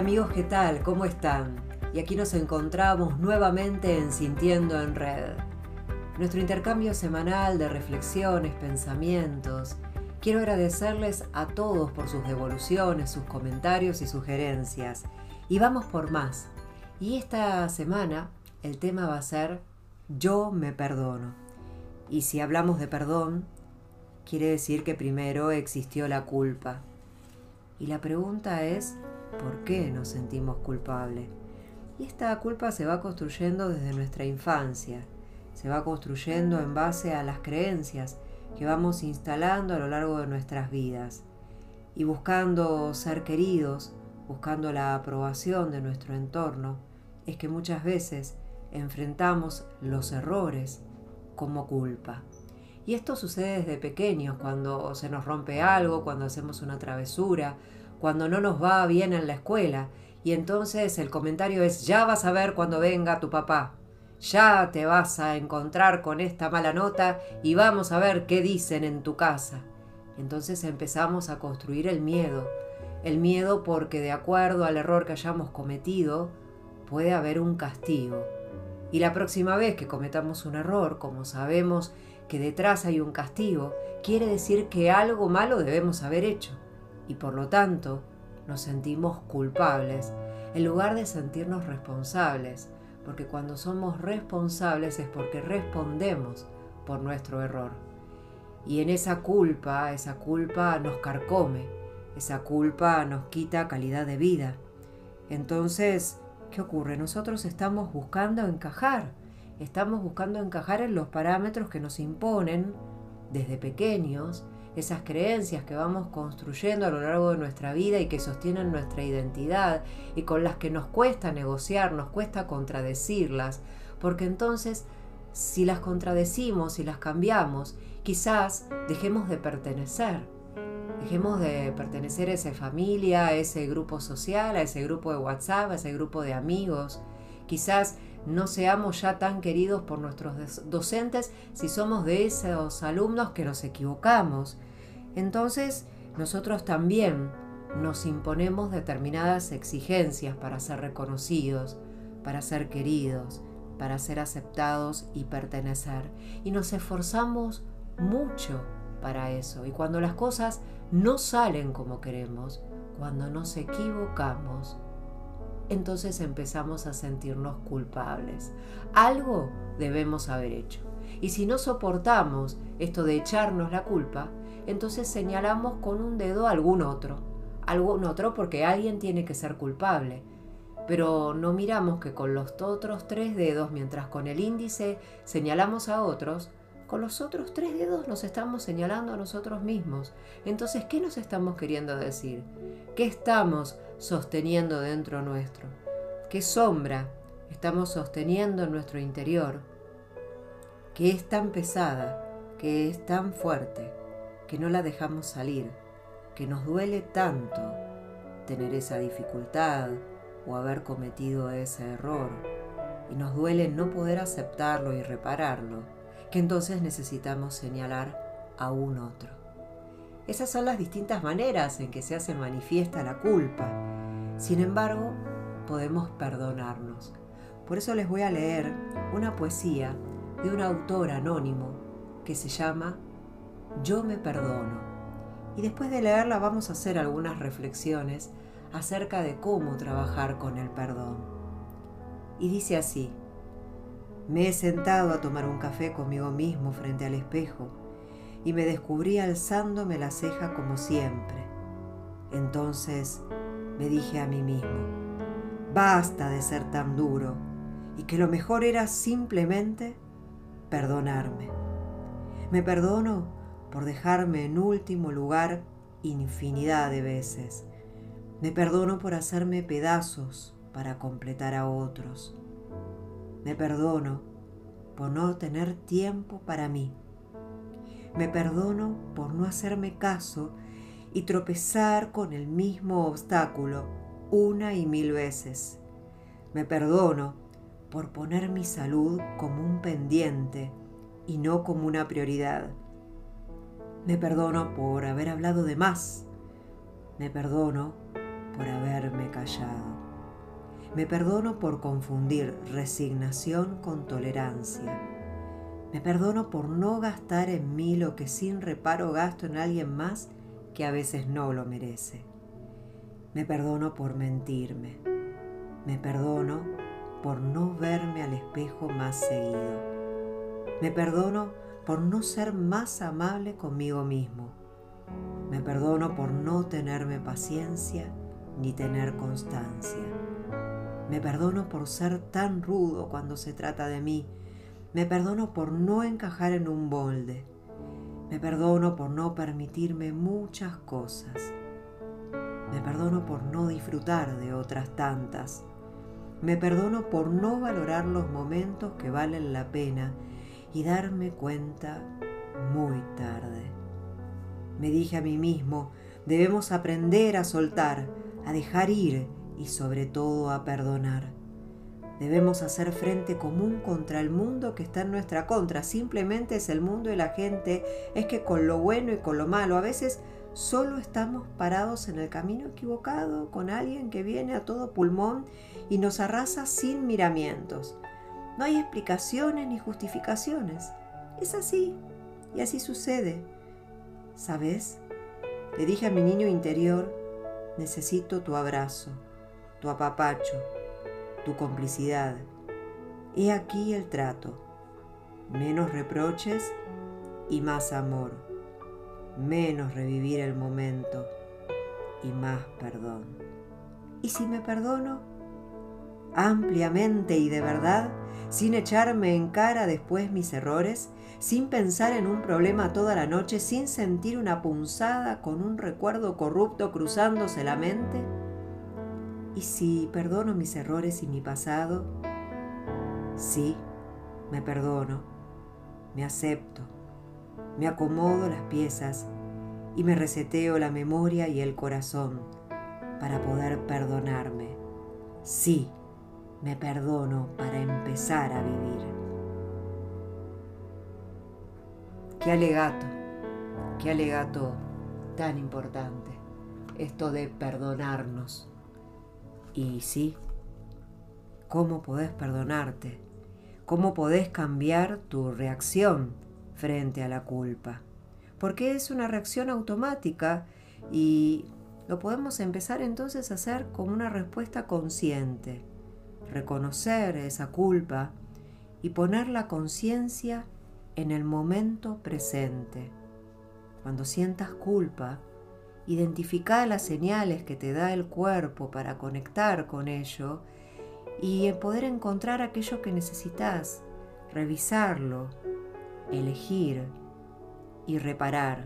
amigos, ¿qué tal? ¿Cómo están? Y aquí nos encontramos nuevamente en Sintiendo en Red. Nuestro intercambio semanal de reflexiones, pensamientos. Quiero agradecerles a todos por sus devoluciones, sus comentarios y sugerencias. Y vamos por más. Y esta semana el tema va a ser Yo me perdono. Y si hablamos de perdón, quiere decir que primero existió la culpa. Y la pregunta es, ¿por qué nos sentimos culpables? Y esta culpa se va construyendo desde nuestra infancia, se va construyendo en base a las creencias que vamos instalando a lo largo de nuestras vidas. Y buscando ser queridos, buscando la aprobación de nuestro entorno, es que muchas veces enfrentamos los errores como culpa. Y esto sucede desde pequeños, cuando se nos rompe algo, cuando hacemos una travesura, cuando no nos va bien en la escuela. Y entonces el comentario es, ya vas a ver cuando venga tu papá. Ya te vas a encontrar con esta mala nota y vamos a ver qué dicen en tu casa. Entonces empezamos a construir el miedo. El miedo porque de acuerdo al error que hayamos cometido, puede haber un castigo. Y la próxima vez que cometamos un error, como sabemos que detrás hay un castigo, quiere decir que algo malo debemos haber hecho. Y por lo tanto, nos sentimos culpables, en lugar de sentirnos responsables, porque cuando somos responsables es porque respondemos por nuestro error. Y en esa culpa nos carcome, esa culpa nos quita calidad de vida. Entonces, ¿qué ocurre? Nosotros estamos buscando encajar en los parámetros que nos imponen desde pequeños, esas creencias que vamos construyendo a lo largo de nuestra vida y que sostienen nuestra identidad y con las que nos cuesta negociar, nos cuesta contradecirlas, porque entonces si las contradecimos, si las cambiamos, quizás dejemos de pertenecer a esa familia, a ese grupo social, a ese grupo de WhatsApp, a ese grupo de amigos. Quizás no seamos ya tan queridos por nuestros docentes si somos de esos alumnos que nos equivocamos. Entonces, nosotros también nos imponemos determinadas exigencias para ser reconocidos, para ser queridos, para ser aceptados y pertenecer. Y nos esforzamos mucho para eso. Y cuando las cosas no salen como queremos, cuando nos equivocamos, entonces empezamos a sentirnos culpables. Algo debemos haber hecho. Y si no soportamos esto de echarnos la culpa, entonces señalamos con un dedo a algún otro porque alguien tiene que ser culpable. Pero no miramos que con los otros 3 dedos, mientras con el índice señalamos a otros, con los otros 3 dedos nos estamos señalando a nosotros mismos. Entonces, ¿qué nos estamos queriendo decir? ¿Qué estamos sosteniendo dentro nuestro? ¿Qué sombra estamos sosteniendo en nuestro interior? Que es tan pesada, que es tan fuerte, que no la dejamos salir, que nos duele tanto tener esa dificultad o haber cometido ese error, y nos duele no poder aceptarlo y repararlo, que entonces necesitamos señalar a un otro. Esas son las distintas maneras en que se hace manifiesta la culpa. Sin embargo, podemos perdonarnos. Por eso les voy a leer una poesía de un autor anónimo que se llama Yo me perdono. Y después de leerla vamos a hacer algunas reflexiones acerca de cómo trabajar con el perdón. Y dice así: me he sentado a tomar un café conmigo mismo frente al espejo y me descubrí alzándome la ceja como siempre. Entonces me dije a mí mismo, basta de ser tan duro, y que lo mejor era simplemente perdonarme. Me perdono por dejarme en último lugar infinidad de veces. Me perdono por hacerme pedazos para completar a otros. Me perdono por no tener tiempo para mí. Me perdono por no hacerme caso y tropezar con el mismo obstáculo 1 y 1000 veces. Me perdono por poner mi salud como un pendiente y no como una prioridad. Me perdono por haber hablado de más. Me perdono por haberme callado. Me perdono por confundir resignación con tolerancia. Me perdono por no gastar en mí lo que sin reparo gasto en alguien más que a veces no lo merece. Me perdono por mentirme. Me perdono por no verme al espejo más seguido. Me perdono por no ser más amable conmigo mismo. Me perdono por no tenerme paciencia ni tener constancia. Me perdono por ser tan rudo cuando se trata de mí. Me perdono por no encajar en un molde. Me perdono por no permitirme muchas cosas. Me perdono por no disfrutar de otras tantas. Me perdono por no valorar los momentos que valen la pena y darme cuenta muy tarde. Me dije a mí mismo, debemos aprender a soltar, a dejar ir y sobre todo a perdonar. Debemos hacer frente común contra el mundo que está en nuestra contra. Simplemente es el mundo y la gente. Es que con lo bueno y con lo malo a veces solo estamos parados en el camino equivocado con alguien que viene a todo pulmón y nos arrasa sin miramientos. No hay explicaciones ni justificaciones. Es así y así sucede. ¿Sabes? Le dije a mi niño interior, necesito tu abrazo, tu apapacho, tu complicidad. He aquí el trato. Menos reproches y más amor. Menos revivir el momento y más perdón. ¿Y si me perdono? Ampliamente y de verdad, sin echarme en cara después mis errores, sin pensar en un problema toda la noche, sin sentir una punzada con un recuerdo corrupto cruzándose la mente. ¿Y si perdono mis errores y mi pasado? Sí, me perdono, me acepto, me acomodo las piezas y me reseteo la memoria y el corazón para poder perdonarme. Sí, me perdono para empezar a vivir. Qué alegato tan importante, esto de perdonarnos. Y sí, ¿cómo podés perdonarte? ¿Cómo podés cambiar tu reacción frente a la culpa? Porque es una reacción automática y lo podemos empezar entonces a hacer como una respuesta consciente. Reconocer esa culpa y poner la conciencia en el momento presente. Cuando sientas culpa, identifica las señales que te da el cuerpo para conectar con ello y poder encontrar aquello que necesitas, revisarlo, elegir y reparar.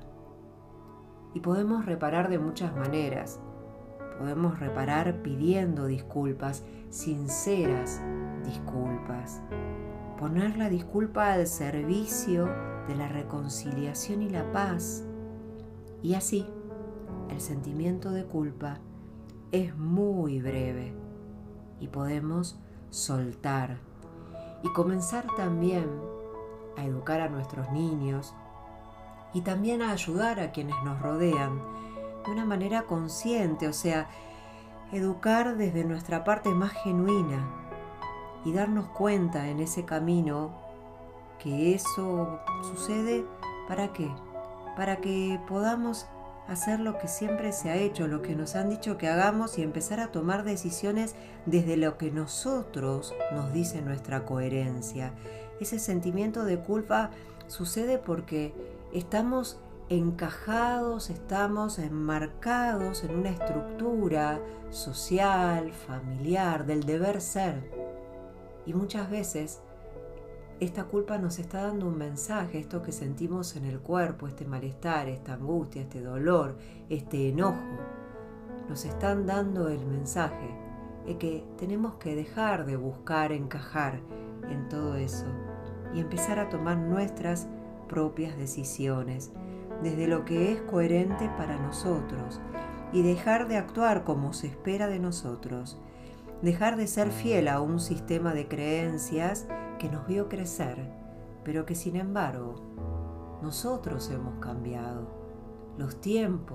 Y podemos reparar de muchas maneras. Podemos reparar pidiendo disculpas, sinceras disculpas. Poner la disculpa al servicio de la reconciliación y la paz. Y así, el sentimiento de culpa es muy breve y podemos soltar y comenzar también a educar a nuestros niños y también a ayudar a quienes nos rodean de una manera consciente, o sea, educar desde nuestra parte más genuina y darnos cuenta en ese camino que eso sucede. ¿Para qué? Para que podamos hacer lo que siempre se ha hecho, lo que nos han dicho que hagamos y empezar a tomar decisiones desde lo que nosotros nos dice nuestra coherencia. Ese sentimiento de culpa sucede porque estamos encajados, estamos enmarcados en una estructura social, familiar, del deber ser. Y muchas veces esta culpa nos está dando un mensaje, esto que sentimos en el cuerpo, este malestar, esta angustia, este dolor, este enojo. Nos están dando el mensaje de que tenemos que dejar de buscar encajar en todo eso y empezar a tomar nuestras propias decisiones desde lo que es coherente para nosotros y dejar de actuar como se espera de nosotros. Dejar de ser fiel a un sistema de creencias que nos vio crecer, pero que sin embargo nosotros hemos cambiado. Los tiempos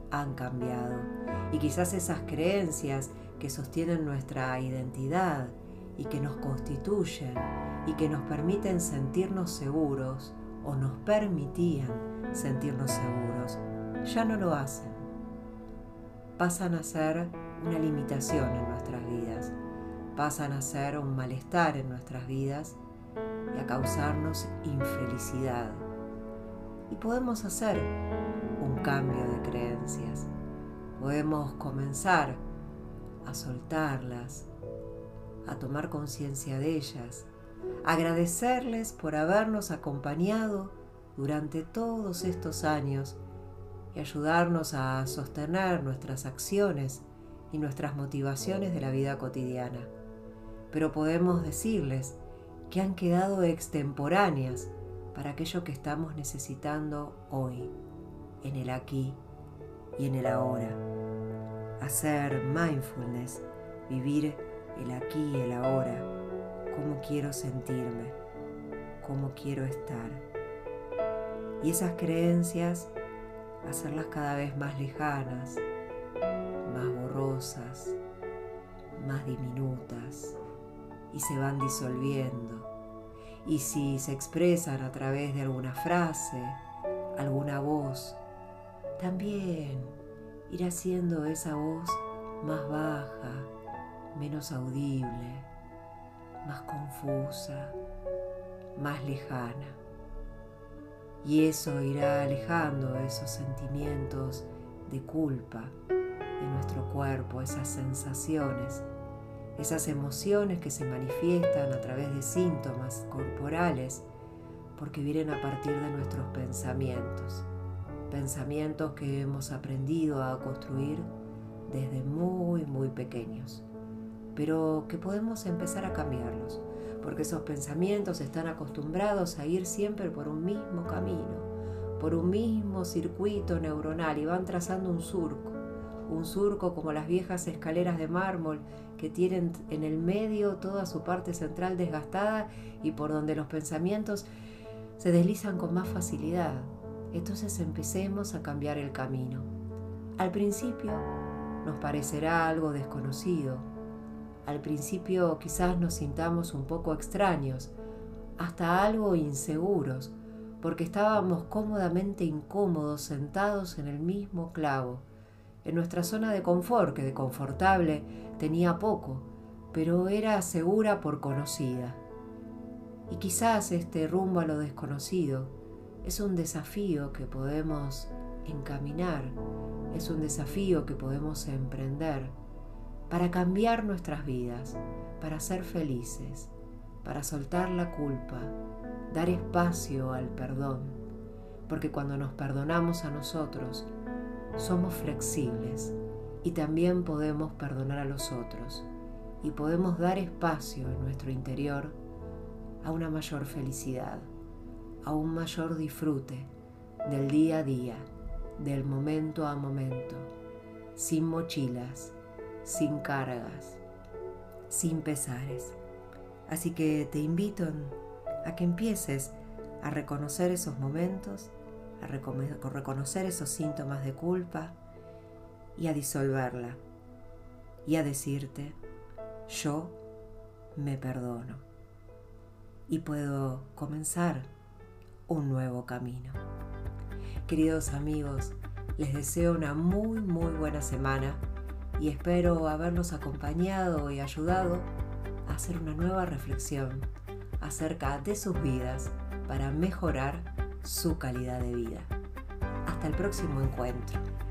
han cambiado. Y quizás esas creencias que sostienen nuestra identidad y que nos constituyen y que nos permiten sentirnos seguros o nos permitían sentirnos seguros, ya no lo hacen. Pasan a ser una limitación en nuestras vidas, pasan a ser un malestar en nuestras vidas y a causarnos infelicidad. Y podemos hacer un cambio de creencias, podemos comenzar a soltarlas, a tomar conciencia de ellas, agradecerles por habernos acompañado durante todos estos años y ayudarnos a sostener nuestras acciones y nuestras motivaciones de la vida cotidiana. Pero podemos decirles que han quedado extemporáneas para aquello que estamos necesitando hoy, en el aquí y en el ahora. Hacer mindfulness, vivir el aquí y el ahora, cómo quiero sentirme, cómo quiero estar. Y esas creencias, hacerlas cada vez más lejanas, más borrosas, más diminutas, y se van disolviendo. Y si se expresan a través de alguna frase, alguna voz, también ir haciendo esa voz más baja, menos audible, más confusa, más lejana. Y eso irá alejando esos sentimientos de culpa de nuestro cuerpo, esas sensaciones, esas emociones que se manifiestan a través de síntomas corporales, porque vienen a partir de nuestros pensamientos que hemos aprendido a construir desde muy pequeños, pero que podemos empezar a cambiarlos, porque esos pensamientos están acostumbrados a ir siempre por un mismo camino, por un mismo circuito neuronal, y van trazando un surco como las viejas escaleras de mármol que tienen en el medio toda su parte central desgastada y por donde los pensamientos se deslizan con más facilidad. Entonces empecemos a cambiar el camino. Al principio nos parecerá algo desconocido. Al principio quizás nos sintamos un poco extraños, hasta algo inseguros, porque estábamos cómodamente incómodos sentados en el mismo clavo, en nuestra zona de confort, que de confortable tenía poco, pero era segura por conocida. Y quizás este rumbo a lo desconocido es un desafío que podemos encaminar, es un desafío que podemos emprender para cambiar nuestras vidas, para ser felices, para soltar la culpa, dar espacio al perdón, porque cuando nos perdonamos a nosotros, somos flexibles y también podemos perdonar a los otros y podemos dar espacio en nuestro interior a una mayor felicidad, a un mayor disfrute del día a día, del momento a momento, sin mochilas, sin cargas, sin pesares. Así que te invito a que empieces a reconocer esos momentos, a reconocer esos síntomas de culpa y a disolverla y a decirte: yo me perdono y puedo comenzar un nuevo camino. Queridos amigos, les deseo una muy buena semana y espero haberlos acompañado y ayudado a hacer una nueva reflexión acerca de sus vidas para mejorar su calidad de vida. Hasta el próximo encuentro.